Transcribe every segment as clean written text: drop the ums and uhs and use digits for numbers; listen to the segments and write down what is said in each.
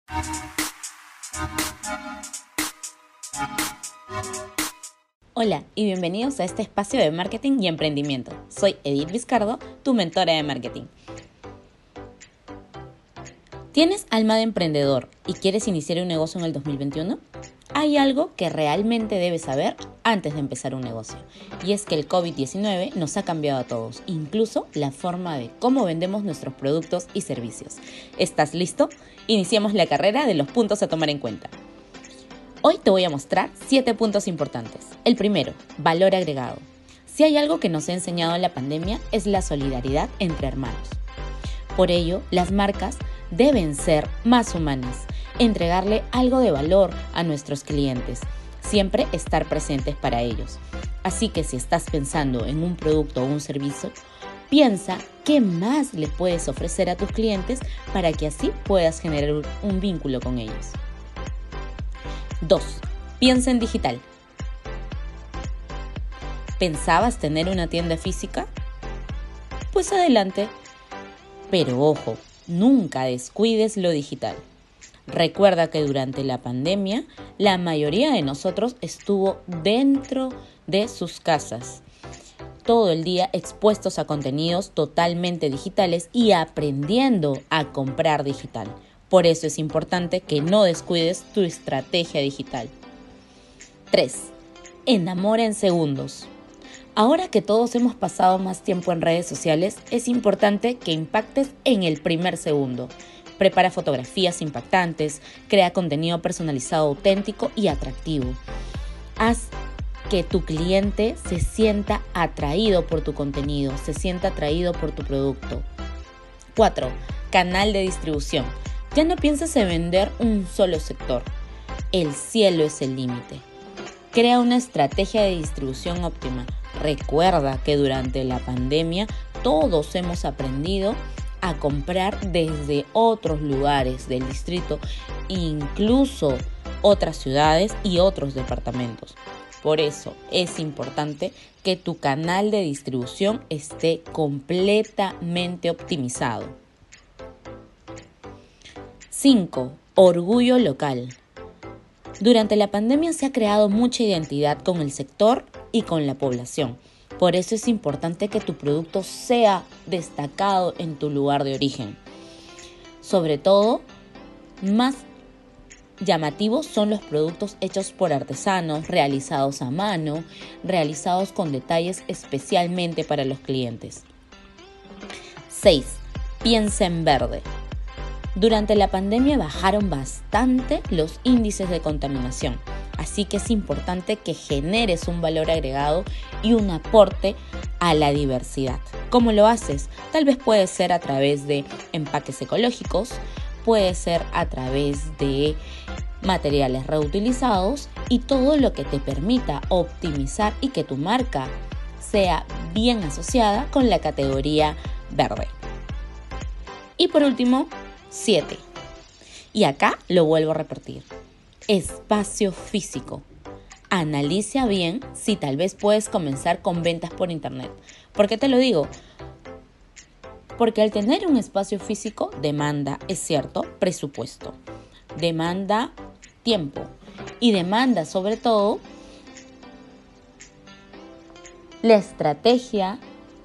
Hola y bienvenidos a este espacio de marketing y emprendimiento. Soy Edith Vizcardo, tu mentora de marketing. ¿Tienes alma de emprendedor y quieres iniciar un negocio en el 2021? Hay algo que realmente debes saber antes de empezar un negocio, y es que el COVID-19 nos ha cambiado a todos, incluso la forma de cómo vendemos nuestros productos y servicios. ¿Estás listo? Iniciemos la carrera de los puntos a tomar en cuenta. Hoy te voy a mostrar 7 puntos importantes. El primero, valor agregado. Si hay algo que nos ha enseñado la pandemia es la solidaridad entre hermanos. Por ello, las marcas deben ser más humanas, entregarle algo de valor a nuestros clientes, siempre estar presentes para ellos. Así que si estás pensando en un producto o un servicio, piensa qué más le puedes ofrecer a tus clientes para que así puedas generar un vínculo con ellos. 2. Piensa en digital. ¿Pensabas tener una tienda física? Pues adelante. Pero ojo, nunca descuides lo digital. Recuerda que durante la pandemia, la mayoría de nosotros estuvo dentro de sus casas, todo el día expuestos a contenidos totalmente digitales y aprendiendo a comprar digital. Por eso es importante que no descuides tu estrategia digital. 3. Enamora en segundos. Ahora que todos hemos pasado más tiempo en redes sociales, es importante que impactes en el primer segundo. Prepara fotografías impactantes, crea contenido personalizado, auténtico y atractivo. Haz que tu cliente se sienta atraído por tu contenido, se sienta atraído por tu producto. 4. Canal de distribución. Ya no pienses en vender un solo sector. El cielo es el límite. Crea una estrategia de distribución óptima. Recuerda que durante la pandemia todos hemos aprendido a comprar desde otros lugares del distrito, incluso otras ciudades y otros departamentos. Por eso es importante que tu canal de distribución esté completamente optimizado. 5. Orgullo local. Durante la pandemia se ha creado mucha identidad con el sector y con la población. Por eso es importante que tu producto sea destacado en tu lugar de origen. Sobre todo, más llamativos son los productos hechos por artesanos, realizados a mano, realizados con detalles especialmente para los clientes. 6. Piensa en verde. Durante la pandemia bajaron bastante los índices de contaminación, así que es importante que generes un valor agregado y un aporte a la diversidad. ¿Cómo lo haces? Tal vez puede ser a través de empaques ecológicos, puede ser a través de materiales reutilizados y todo lo que te permita optimizar y que tu marca sea bien asociada con la categoría verde. Y por último, 7. Y acá lo vuelvo a repetir. Espacio físico. Analiza bien si tal vez puedes comenzar con ventas por internet. ¿Por qué te lo digo? Porque al tener un espacio físico demanda, es cierto, presupuesto. Demanda tiempo. Y demanda sobre todo la estrategia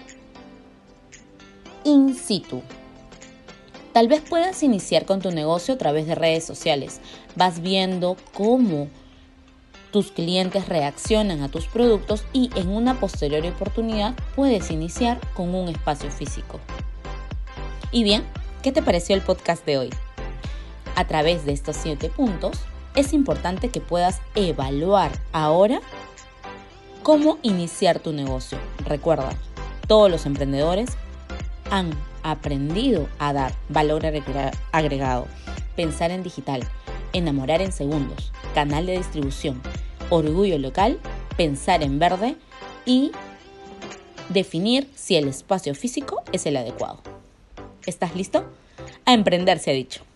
in situ. Tal vez puedas iniciar con tu negocio a través de redes sociales. Vas viendo cómo tus clientes reaccionan a tus productos y en una posterior oportunidad puedes iniciar con un espacio físico. Y bien, ¿qué te pareció el podcast de hoy? A través de estos 7 puntos, es importante que puedas evaluar ahora cómo iniciar tu negocio. Recuerda, todos los emprendedores han aprendido a dar valor agregado, pensar en digital, enamorar en segundos, canal de distribución, orgullo local, pensar en verde y definir si el espacio físico es el adecuado. ¿Estás listo? A emprender se ha dicho.